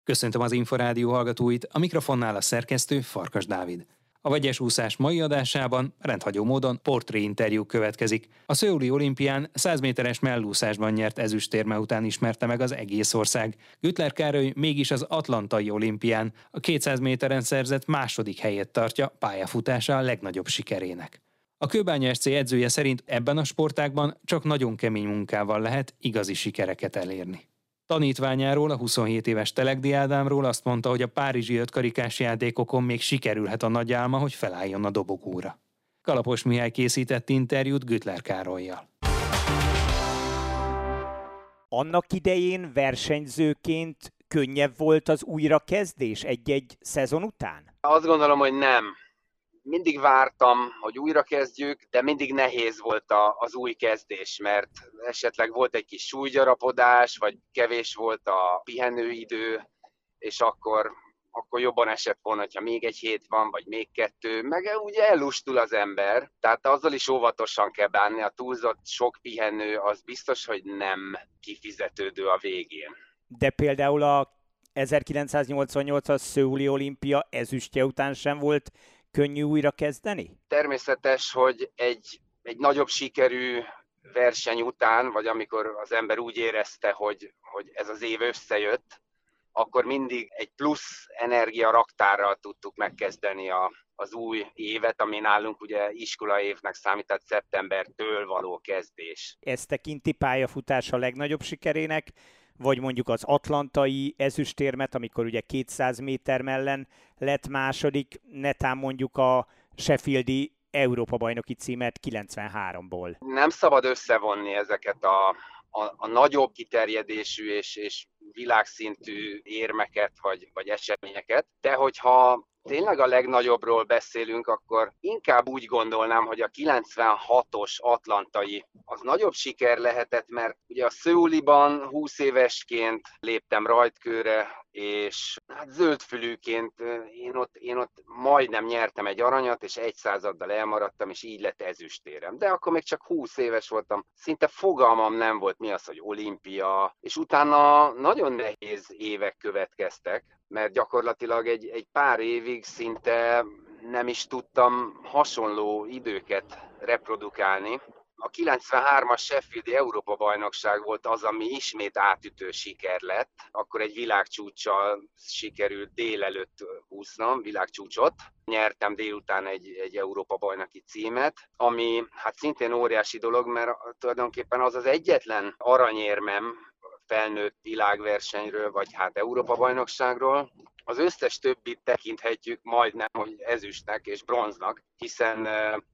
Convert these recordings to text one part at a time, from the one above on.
Köszöntöm az Inforádió hallgatóit, a mikrofonnál a szerkesztő Farkas Dávid. A vegyes úszás mai adásában rendhagyó módon portréinterjú következik. A szöuli olimpián 100 méteres mellúszásban nyert ezüstérme után ismerte meg az egész ország. Güttler Károly mégis az atlantai olimpián a 200 méteren szerzett második helyet tartja pályafutása a legnagyobb sikerének. A Kőbánya SC edzője szerint ebben a sportágban csak nagyon kemény munkával lehet igazi sikereket elérni. Tanítványáról, a 27 éves Telegdi Ádámról azt mondta, hogy a párizsi ötkarikás játékokon még sikerülhet a nagy álma, hogy felálljon a dobogóra. Kalapos Mihály készített interjút Güttler Károllyal. Annak idején versenyzőként könnyebb volt az újrakezdés egy-egy szezon után? Azt gondolom, hogy nem. Mindig vártam, hogy újra kezdjük, de mindig nehéz volt az új kezdés, mert esetleg volt egy kis súlygyarapodás, vagy kevés volt a pihenőidő, és akkor jobban esett volna, hogyha még egy hét van, vagy még 2, meg ugye ellustul az ember, tehát azzal is óvatosan kell bánni, a túlzott sok pihenő az biztos, hogy nem kifizetődő a végén. De például a 1988-as szöuli olimpia ezüstje után sem volt könnyű újra kezdeni? Természetes, hogy egy nagyobb sikerű verseny után, vagy amikor az ember úgy érezte, hogy ez az év összejött, akkor mindig egy plusz energiaraktárral tudtuk megkezdeni az új évet, ami nálunk ugye iskolaévnek számít, tehát szeptembertől való kezdés. Ez tekinti pályafutása legnagyobb sikerének, vagy mondjuk az atlantai ezüstérmet, amikor ugye 200 méter mellen lett második, netán mondjuk a sheffieldi Európa-bajnoki címet 93-ból. Nem szabad összevonni ezeket a nagyobb kiterjedésű és világszintű érmeket vagy eseményeket, de hogyha tényleg a legnagyobbról beszélünk, akkor inkább úgy gondolnám, hogy a 96-os atlantai az nagyobb siker lehetett, mert ugye a Szöuliban 20 évesként léptem rajtkőre, és hát zöldfülűként én ott majdnem nyertem egy aranyat, és 1/100-addal elmaradtam, és így lett ezüstérem. De akkor még csak 20 éves voltam, szinte fogalmam nem volt mi az, hogy olimpia, és utána nagyon nehéz évek következtek, mert gyakorlatilag egy pár évig szinte nem is tudtam hasonló időket reprodukálni. A 93-as Sheffieldi Európa-bajnokság volt az, ami ismét átütő siker lett. Akkor egy világcsúccsal sikerült délelőtt úsznom, világcsúcsot. Nyertem délután egy Európa-bajnoki címet, ami hát szintén óriási dolog, mert tulajdonképpen az az egyetlen aranyérmem felnőtt világversenyről, vagy hát Európa-bajnokságról. Az összes többit tekinthetjük majdnem, hogy ezüstnek és bronznak, hiszen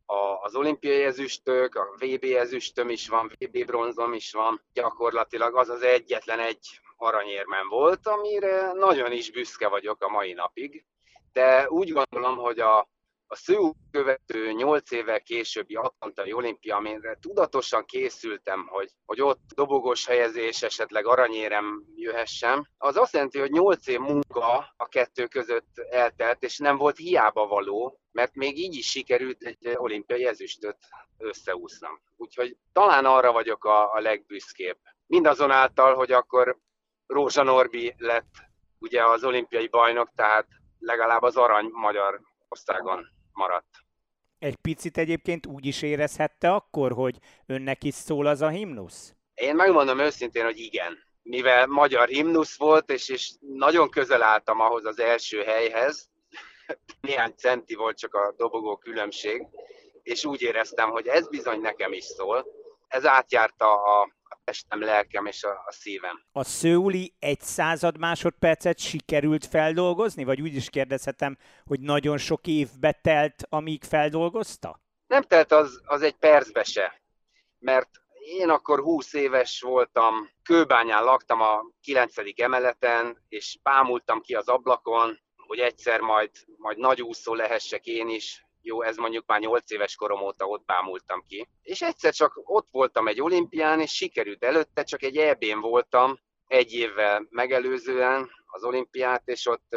az olimpiai ezüstök, a VB ezüstöm is van, VB bronzom is van, gyakorlatilag az egyetlen egy aranyérmem volt, amire nagyon is büszke vagyok a mai napig. De úgy gondolom, hogy a Szöul követő 8 évvel későbbi atlantai olimpia, amire tudatosan készültem, hogy ott dobogós helyezés, esetleg aranyérem jöhessen, az azt jelenti, hogy 8 év munka a kettő között eltelt, és nem volt hiába való, mert még így is sikerült egy olimpiai ezüstöt összeúsznom. Úgyhogy talán arra vagyok a legbüszkébb. Mindazonáltal, hogy akkor Rózsa Norbi lett ugye az olimpiai bajnok, tehát legalább az arany Magyarországon maradt. Egy picit egyébként úgy is érezhette akkor, hogy önnek is szól az a himnusz? Én megmondom őszintén, hogy igen. Mivel magyar himnusz volt, és nagyon közel álltam ahhoz az első helyhez, néhány centi volt csak a dobogó különbség, és úgy éreztem, hogy ez bizony nekem is szól. Ez átjárta a testem, lelkem és a szívem. A szöuli 1/100 másodpercet sikerült feldolgozni? Vagy úgy is kérdezhetem, hogy nagyon sok évbe telt, amíg feldolgozta? Nem telt az egy percbe se, mert én akkor 20 éves voltam, Kőbányán laktam a 9. emeleten, és bámultam ki az ablakon, hogy egyszer majd nagyúszó lehessek én is. Jó, ez mondjuk már 8 éves korom óta ott bámultam ki. És egyszer csak ott voltam egy olimpián, és sikerült előtte, csak egy EB-n voltam, egy évvel megelőzően az olimpiát, és ott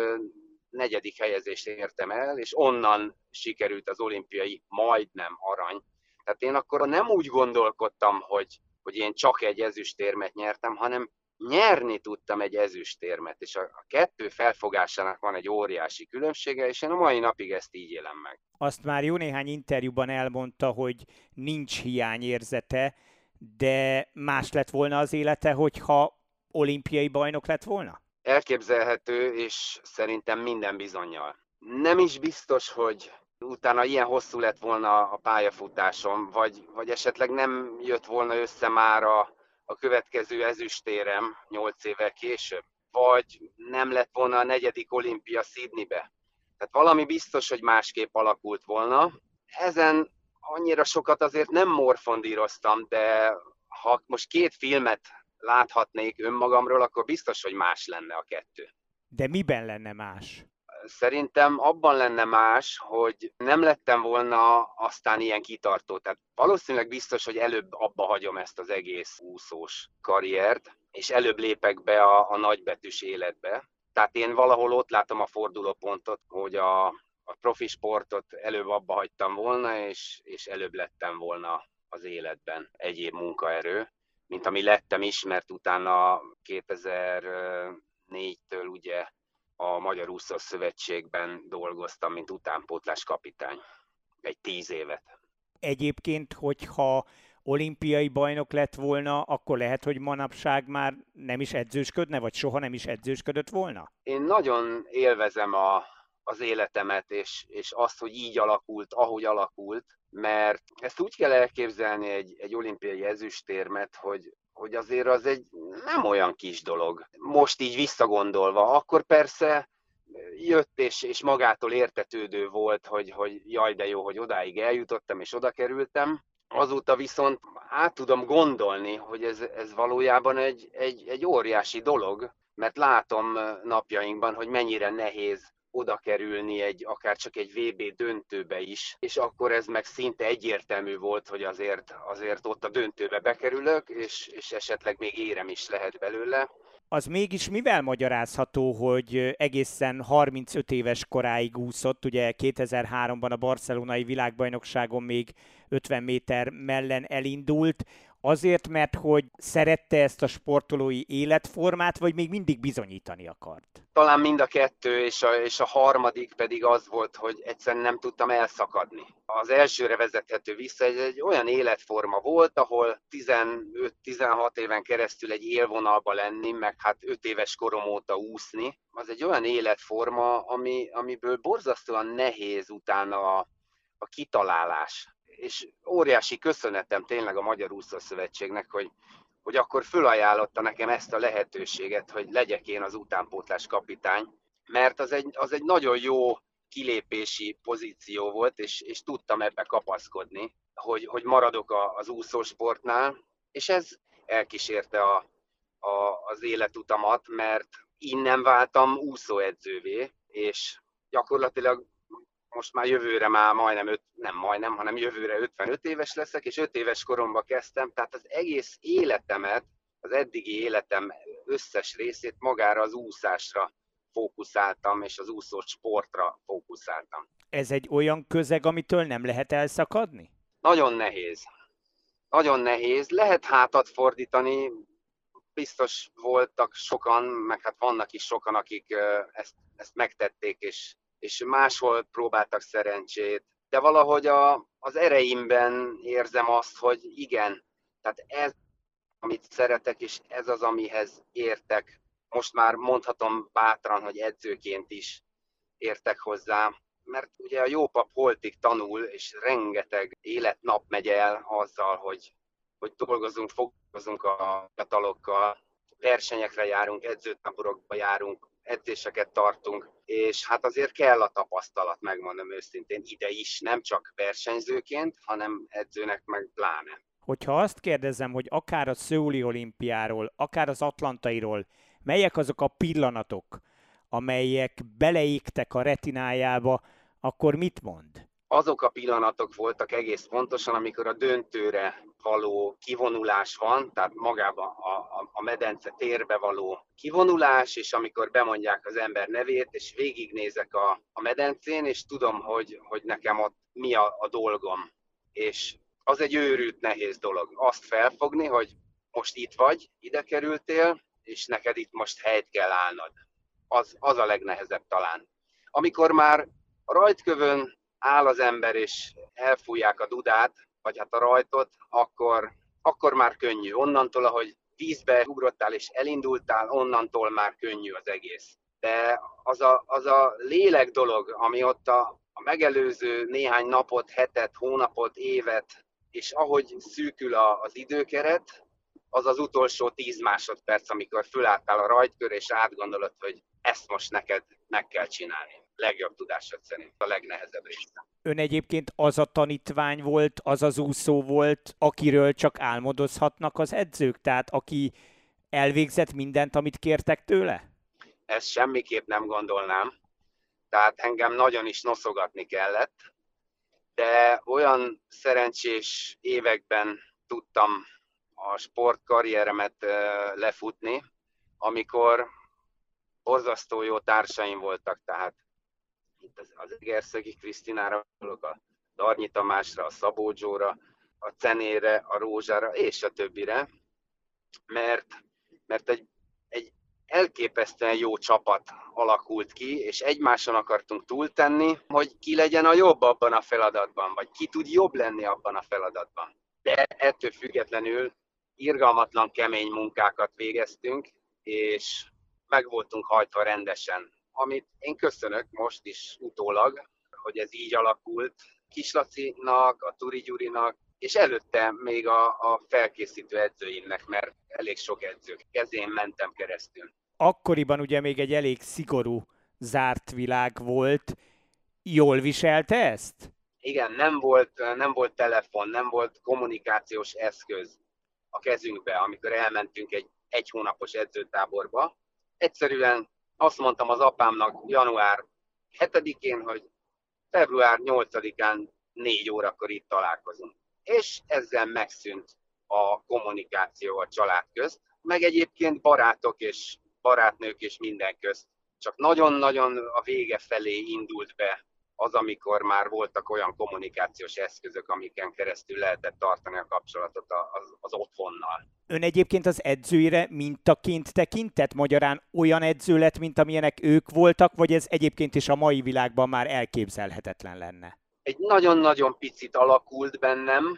4. helyezést értem el, és onnan sikerült az olimpiai majdnem arany. Tehát én akkor nem úgy gondolkodtam, hogy én csak egy ezüstérmet nyertem, hanem nyerni tudtam egy ezüstérmet, és a kettő felfogásának van egy óriási különbsége, és én a mai napig ezt így élem meg. Azt már jó néhány interjúban elmondta, hogy nincs hiányérzete, de más lett volna az élete, hogyha olimpiai bajnok lett volna? Elképzelhető, és szerintem minden bizonnyal. Nem is biztos, hogy utána ilyen hosszú lett volna a pályafutásom, vagy esetleg nem jött volna össze már a következő ezüstérem 8 évvel később, vagy nem lett volna a 4. olimpia Sydneybe. Tehát valami biztos, hogy másképp alakult volna. Ezen annyira sokat azért nem morfondíroztam, de ha most 2 filmet láthatnék önmagamról, akkor biztos, hogy más lenne a kettő. De miben lenne más? Szerintem abban lenne más, hogy nem lettem volna aztán ilyen kitartó. Tehát valószínűleg biztos, hogy előbb abba hagyom ezt az egész úszós karriert, és előbb lépek be a nagybetűs életbe. Tehát én valahol ott látom a fordulópontot, hogy a profi sportot előbb abba hagytam volna, és előbb lettem volna az életben egyéb munkaerő, mint ami lettem is, mert utána 2004-től ugye a Magyar Úszó Szövetségben dolgoztam, mint utánpótlás kapitány. Egy 10 évet. Egyébként, hogyha olimpiai bajnok lett volna, akkor lehet, hogy manapság már nem is edzősködne, vagy soha nem is edzősködött volna? Én nagyon élvezem az életemet, és azt, hogy így alakult, ahogy alakult, mert ezt úgy kell elképzelni egy olimpiai ezüstérmet, hogy azért az egy nem olyan kis dolog. Most így visszagondolva, akkor persze jött és magától értetődő volt, hogy jaj de jó, hogy odáig eljutottam és oda kerültem. Azóta viszont át tudom gondolni, hogy ez valójában egy óriási dolog, mert látom napjainkban, hogy mennyire nehéz oda kerülni akár csak egy VB döntőbe is, és akkor ez meg szinte egyértelmű volt, hogy azért ott a döntőbe bekerülök, és esetleg még érem is lehet belőle. Az mégis mivel magyarázható, hogy egészen 35 éves koráig úszott, ugye 2003-ban a barcelonai világbajnokságon még 50 méter mellen elindult, azért, mert hogy szerette ezt a sportolói életformát, vagy még mindig bizonyítani akart? Talán mind a kettő, és a harmadik pedig az volt, hogy egyszerűen nem tudtam elszakadni. Az elsőre vezethető vissza, egy olyan életforma volt, ahol 15-16 éven keresztül egy élvonalba lenni, meg hát 5 éves korom óta úszni. Az egy olyan életforma, amiből borzasztóan nehéz utána a kitalálás. És óriási köszönetem tényleg a Magyar Úszó Szövetségnek, hogy akkor fölajánlotta nekem ezt a lehetőséget, hogy legyek én az utánpótlás kapitány, mert az egy nagyon jó kilépési pozíció volt, és tudtam ebbe kapaszkodni, hogy maradok az úszósportnál, és ez elkísérte az életutamat, mert innen váltam úszóedzővé, és gyakorlatilag most már jövőre hanem jövőre 55 éves leszek, és 5 éves koromban kezdtem, tehát az egész életemet, az eddigi életem összes részét magára az úszásra fókuszáltam, és az úszó sportra fókuszáltam. Ez egy olyan közeg, amitől nem lehet elszakadni? Nagyon nehéz. Nagyon nehéz. Lehet hátat fordítani, biztos voltak sokan, meg hát vannak is sokan, akik ezt megtették, és máshol próbáltak szerencsét, de valahogy az ereimben érzem azt, hogy igen, tehát ez, amit szeretek, és ez az, amihez értek. Most már mondhatom bátran, hogy edzőként is értek hozzá, mert ugye a jó pap holtig tanul, és rengeteg életnap megy el azzal, hogy foglalkozunk a fiatalokkal, versenyekre járunk, edzőtáborokba járunk, edzéseket tartunk, és hát azért kell a tapasztalat, megmondom őszintén, ide is, nem csak versenyzőként, hanem edzőnek meg pláne. Hogyha azt kérdezem, hogy akár a szöuli olimpiáról, akár az atlantairól, melyek azok a pillanatok, amelyek beleégtek a retinájába, akkor mit mond? Azok a pillanatok voltak egész pontosan, amikor a döntőre való kivonulás van, tehát magában a medence térbe való kivonulás, és amikor bemondják az ember nevét, és végignézek a medencén, és tudom, hogy nekem ott mi a dolgom. És az egy őrült nehéz dolog. Azt felfogni, hogy most itt vagy, ide kerültél, és neked itt most helyt kell állnod. Az a legnehezebb talán. Amikor már a rajtkövön áll az ember, és elfújják a dudát, vagy hát a rajtot, akkor már könnyű. Onnantól, ahogy vízbe ugrottál és elindultál, onnantól már könnyű az egész. De az a lélek dolog, ami ott a megelőző néhány napot, hetet, hónapot, évet, és ahogy szűkül az időkeret, az az utolsó 10 másodperc, amikor fölálltál a rajtkör, és átgondolod, hogy ezt most neked meg kell csinálni. Legjobb tudásod szerint a legnehezebb része. Ön egyébként az a tanítvány volt, az az úszó volt, akiről csak álmodozhatnak az edzők? Tehát aki elvégzett mindent, amit kértek tőle? Ezt semmiképp nem gondolnám. Tehát engem nagyon is noszogatni kellett, de olyan szerencsés években tudtam a sportkarrieremet lefutni, amikor borzasztó jó társaim voltak, tehát itt az Egerszegi Krisztinára, a Darnyi Tamásra, a Szabó Zsóra, a Cenére, a Rózsára és a többire, mert egy elképesztően jó csapat alakult ki, és egymáson akartunk túltenni, hogy ki legyen a jobb abban a feladatban, vagy ki tud jobb lenni abban a feladatban. De ettől függetlenül irgalmatlan kemény munkákat végeztünk, és meg voltunk hajtva rendesen. Amit én köszönök most is utólag, hogy ez így alakult Kislacinak, a Turi Gyurinak, és előtte még a felkészítő edzőimnek, mert elég sok edző kezén mentem keresztül. Akkoriban ugye még egy elég szigorú zárt világ volt. Jól viselte ezt? Igen, nem volt telefon, nem volt kommunikációs eszköz a kezünkbe, amikor elmentünk egy hónapos edzőtáborba. Egyszerűen azt mondtam az apámnak január 7-én, hogy február 8-án 4 órakor itt találkozunk. És ezzel megszűnt a kommunikáció a család közt, meg egyébként barátok és barátnők és minden közt. Csak nagyon-nagyon a vége felé indult be az, amikor már voltak olyan kommunikációs eszközök, amiken keresztül lehetett tartani a kapcsolatot az otthonnal. Ön egyébként az edzőire mintaként tekintett? Magyarán olyan edző lett, mint amilyenek ők voltak, vagy ez egyébként is a mai világban már elképzelhetetlen lenne? Egy nagyon-nagyon picit alakult bennem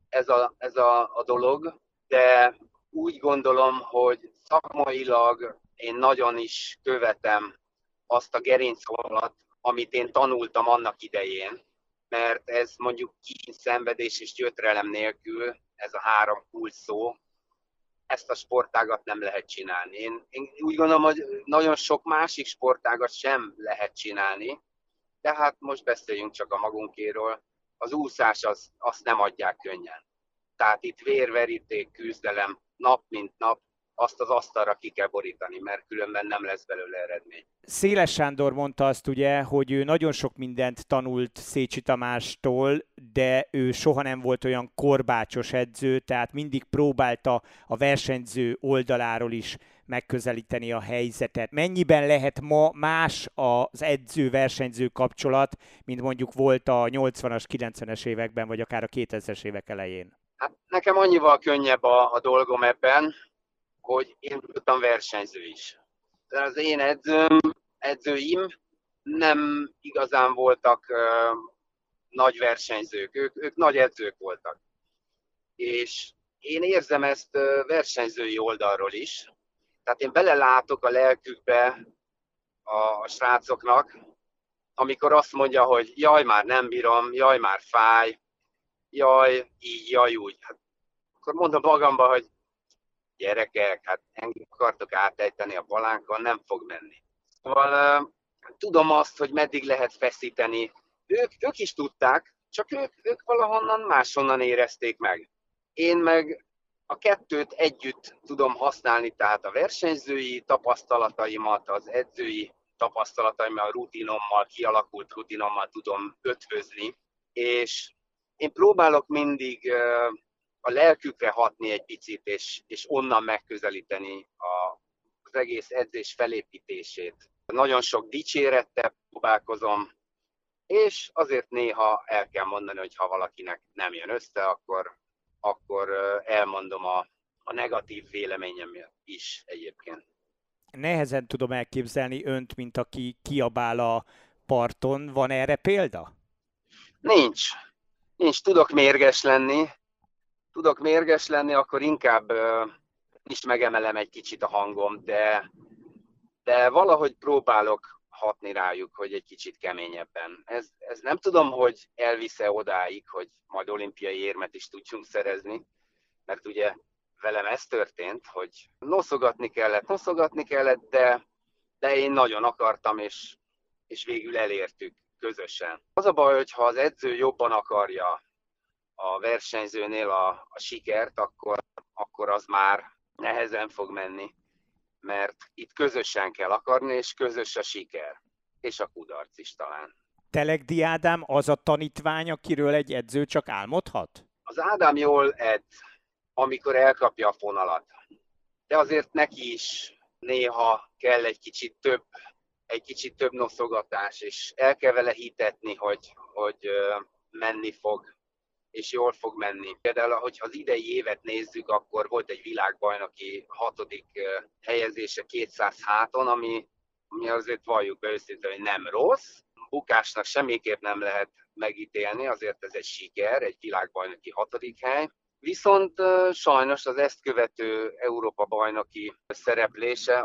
ez a dolog, de úgy gondolom, hogy szakmailag én nagyon is követem azt a gerincvonalat, amit én tanultam annak idején, mert ez mondjuk kín, szenvedés és gyötrelem nélkül, ez a 3 kulcs szó, ezt a sportágat nem lehet csinálni. Én úgy gondolom, hogy nagyon sok másik sportágat sem lehet csinálni, de hát most beszéljünk csak a magunkéről. Az úszás azt nem adják könnyen. Tehát itt vérveríték, küzdelem, nap mint nap, azt az asztalra ki kell borítani, mert különben nem lesz belőle eredmény. Széles Sándor mondta azt ugye, hogy ő nagyon sok mindent tanult Szécsi Tamástól, de ő soha nem volt olyan korbácsos edző, tehát mindig próbálta a versenyző oldaláról is megközelíteni a helyzetet. Mennyiben lehet ma más az edző-versenyző kapcsolat, mint mondjuk volt a 80-as, 90-es években, vagy akár a 2000-es évek elején? Hát nekem annyival könnyebb a dolgom ebben, hogy én voltam versenyző is. De az én edzőim nem igazán voltak nagy versenyzők, ők nagy edzők voltak. És én érzem ezt versenyzői oldalról is. Tehát én belelátok a lelkükbe a srácoknak, amikor azt mondja, hogy jaj, már nem bírom, jaj, már fáj, jaj, így, jaj, úgy. Hát, akkor mondom magamba, hogy gyerekek, hát engem akartok átejteni a palánkon, nem fog menni. Szóval tudom azt, hogy meddig lehet feszíteni. Ők is tudták, csak ők valahonnan máshonnan érezték meg. Én meg a kettőt együtt tudom használni, tehát a versenyzői tapasztalataimat, az edzői tapasztalataimat, a rutinommal, kialakult rutinommal tudom ötvözni, és én próbálok mindig a lelkükre hatni egy picit, és onnan megközelíteni az egész edzés felépítését. Nagyon sok dicsérettel próbálkozom, és azért néha el kell mondani, hogy ha valakinek nem jön össze, akkor elmondom a negatív véleményem is egyébként. Nehezen tudom elképzelni önt, mint aki kiabál a parton. Van erre példa? Nincs. Tudok mérges lenni, akkor inkább is megemelem egy kicsit a hangom, de valahogy próbálok hatni rájuk, hogy egy kicsit keményebben. Ez nem tudom, hogy elvisze odáig, hogy majd olimpiai érmet is tudjunk szerezni, mert ugye velem ez történt, hogy noszogatni kellett, de én nagyon akartam, és végül elértük közösen. Az a baj, hogy ha az edző jobban akarja a versenyzőnél a sikert, akkor az már nehezen fog menni, mert itt közösen kell akarni, és közös a siker, és a kudarc is talán. Telegdi Ádám az a tanítvány, akiről egy edző csak álmodhat? Az Ádám jól edz, amikor elkapja a fonalat, de azért neki is néha kell egy kicsit több noszogatás, és el kell vele hitetni, hogy menni fog, és jól fog menni. Például, hogyha az idei évet nézzük, akkor volt egy világbajnoki 6. helyezése 200 háton, ami azért valljuk be őszintén, hogy nem rossz. Bukásnak semmiképp nem lehet megítélni, azért ez egy siker, egy világbajnoki 6. hely. Viszont sajnos az ezt követő Európa-bajnoki szereplése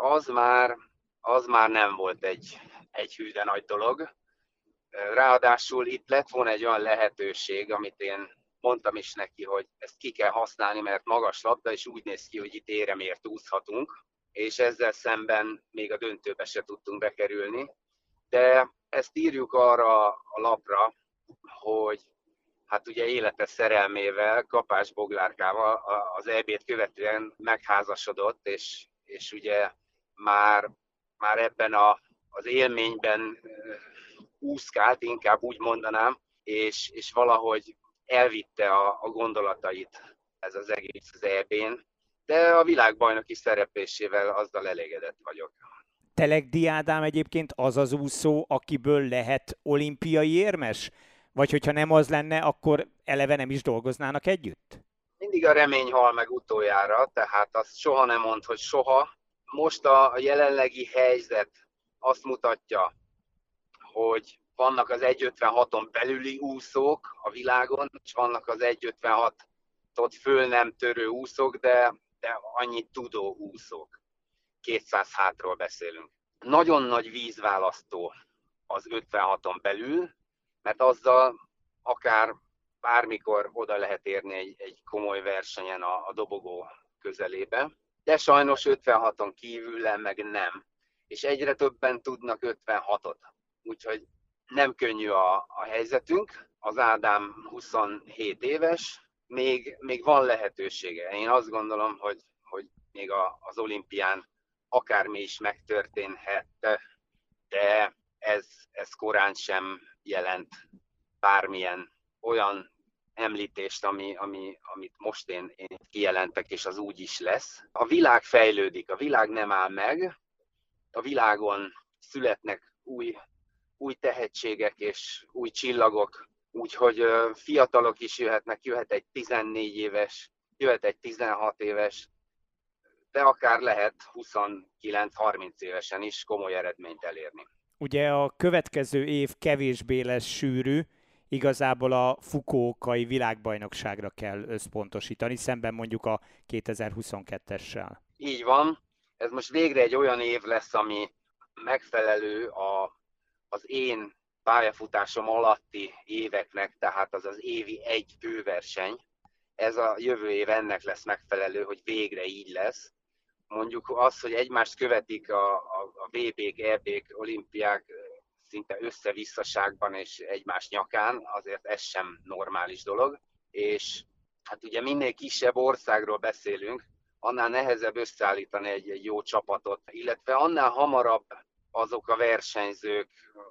az már nem volt egy hű de nagy dolog. Ráadásul itt lett volna egy olyan lehetőség, amit én mondtam is neki, hogy ezt ki kell használni, mert magas labda, és úgy néz ki, hogy itt éremért úszhatunk, és ezzel szemben még a döntőbe se tudtunk bekerülni. De ezt írjuk arra a lapra, hogy hát ugye élete szerelmével, Kapás Boglárkával az EB-t követően megházasodott, és ugye már ebben az élményben úszkált, inkább úgy mondanám, és valahogy elvitte a gondolatait ez az egész az EB-n, de a világbajnoki szereplésével azzal elégedett vagyok. Telegdi Ádám egyébként az az úszó, akiből lehet olimpiai érmes? Vagy hogyha nem az lenne, akkor eleve nem is dolgoznának együtt? Mindig a remény hal meg utoljára, tehát azt soha nem mond, hogy soha. Most a jelenlegi helyzet azt mutatja, hogy vannak az 1,56-on belüli úszók a világon, és vannak az 1,56-ot föl nem törő úszók, de annyit tudó úszók. 200 hátról beszélünk. Nagyon nagy vízválasztó az 56-on belül, mert azzal akár bármikor oda lehet érni egy komoly versenyen a dobogó közelébe, de sajnos 56-on kívül meg nem. És egyre többen tudnak 56-ot. Úgyhogy nem könnyű a helyzetünk. Az Ádám 27 éves, még van lehetősége. Én azt gondolom, hogy még az olimpián akármi is megtörténhet, de ez korán sem jelent bármilyen olyan említést, amit most én kijelentek, és az úgy is lesz. A világ fejlődik, a világ nem áll meg, a világon születnek új tehetségek és új csillagok, úgyhogy fiatalok is jöhet egy 14 éves, jöhet egy 16 éves, de akár lehet 29-30 évesen is komoly eredményt elérni. Ugye a következő év kevésbé lesz sűrű, igazából a Fukuokai világbajnokságra kell összpontosítani, szemben mondjuk a 2022-essel. Így van, ez most végre egy olyan év lesz, ami megfelelő az én pályafutásom alatti éveknek, tehát az évi egy bőverseny. Ez a jövő év ennek lesz megfelelő, hogy végre így lesz. Mondjuk az, hogy egymást követik a VB-k, EB-k, olimpiák szinte összevisszaságban és egymás nyakán, azért ez sem normális dolog. És hát ugye minél kisebb országról beszélünk, annál nehezebb összeállítani egy jó csapatot, illetve annál hamarabb azok a versenyzők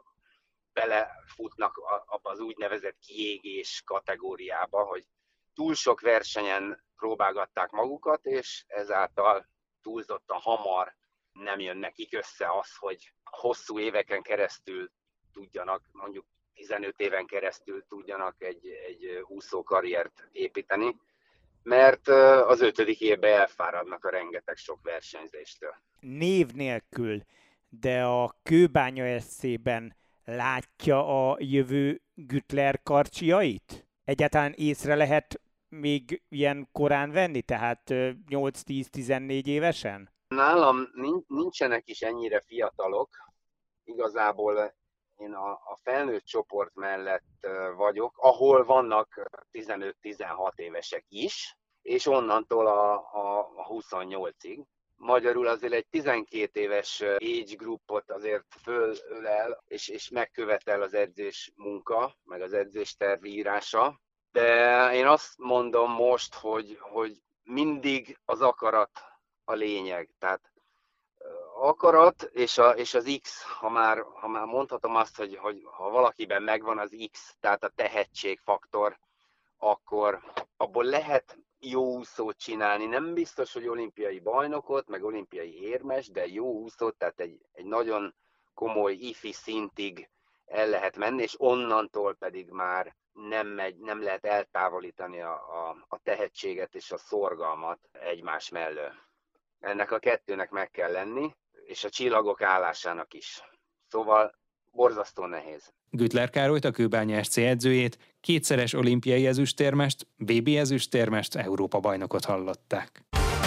belefutnak abba az úgynevezett kiégés kategóriába, hogy túl sok versenyen próbálgatták magukat, és ezáltal túlzottan hamar nem jön nekik össze az, hogy hosszú éveken keresztül tudjanak, mondjuk 15 éven keresztül tudjanak egy úszó karriert építeni. mert az 5. évben elfáradnak a rengeteg sok versenyzéstől. Név nélkül, de a Kőbánya SC-ben látja a jövő Güttler karcsiait? Egyáltalán észre lehet még ilyen korán venni, tehát 8-10-14 évesen? Nálam nincsenek is ennyire fiatalok, igazából én a felnőtt csoport mellett vagyok, ahol vannak 15-16 évesek is, és onnantól a 28-ig. Magyarul azért egy 12 éves age groupot azért fölölel, és megkövetel az edzés munka, meg az edzésterv írása. De én azt mondom most, hogy mindig az akarat a lényeg. Tehát akarat és az X, ha már mondhatom azt, hogy ha valakiben megvan az X, tehát a tehetségfaktor, akkor abból lehet jó úszót csinálni. Nem biztos, hogy olimpiai bajnokot, meg olimpiai érmes, de jó úszót, tehát egy nagyon komoly ifi szintig el lehet menni, és onnantól pedig már nem lehet eltávolítani a tehetséget és a szorgalmat egymás mellől. Ennek a kettőnek meg kell lenni, és a csillagok állásának is. Szóval borzasztó nehéz. Güttler Károlyt, a Kőbánya SC edzőjét, kétszeres olimpiai ezüstérmest, BB ezüstérmest, Európa-bajnokot hallották.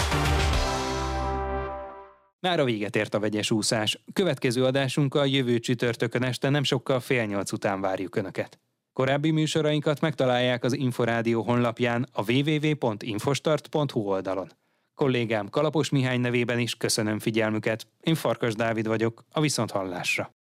Mára véget ért a vegyes úszás. Következő adásunkkal jövő csütörtökön este nem sokkal 7:30 után várjuk Önöket. Korábbi műsorainkat megtalálják az Inforádió honlapján, a www.infostart.hu oldalon. Kollégám Kalapos Mihály nevében is köszönöm figyelmüket. Én Farkas Dávid vagyok, a viszonthallásra.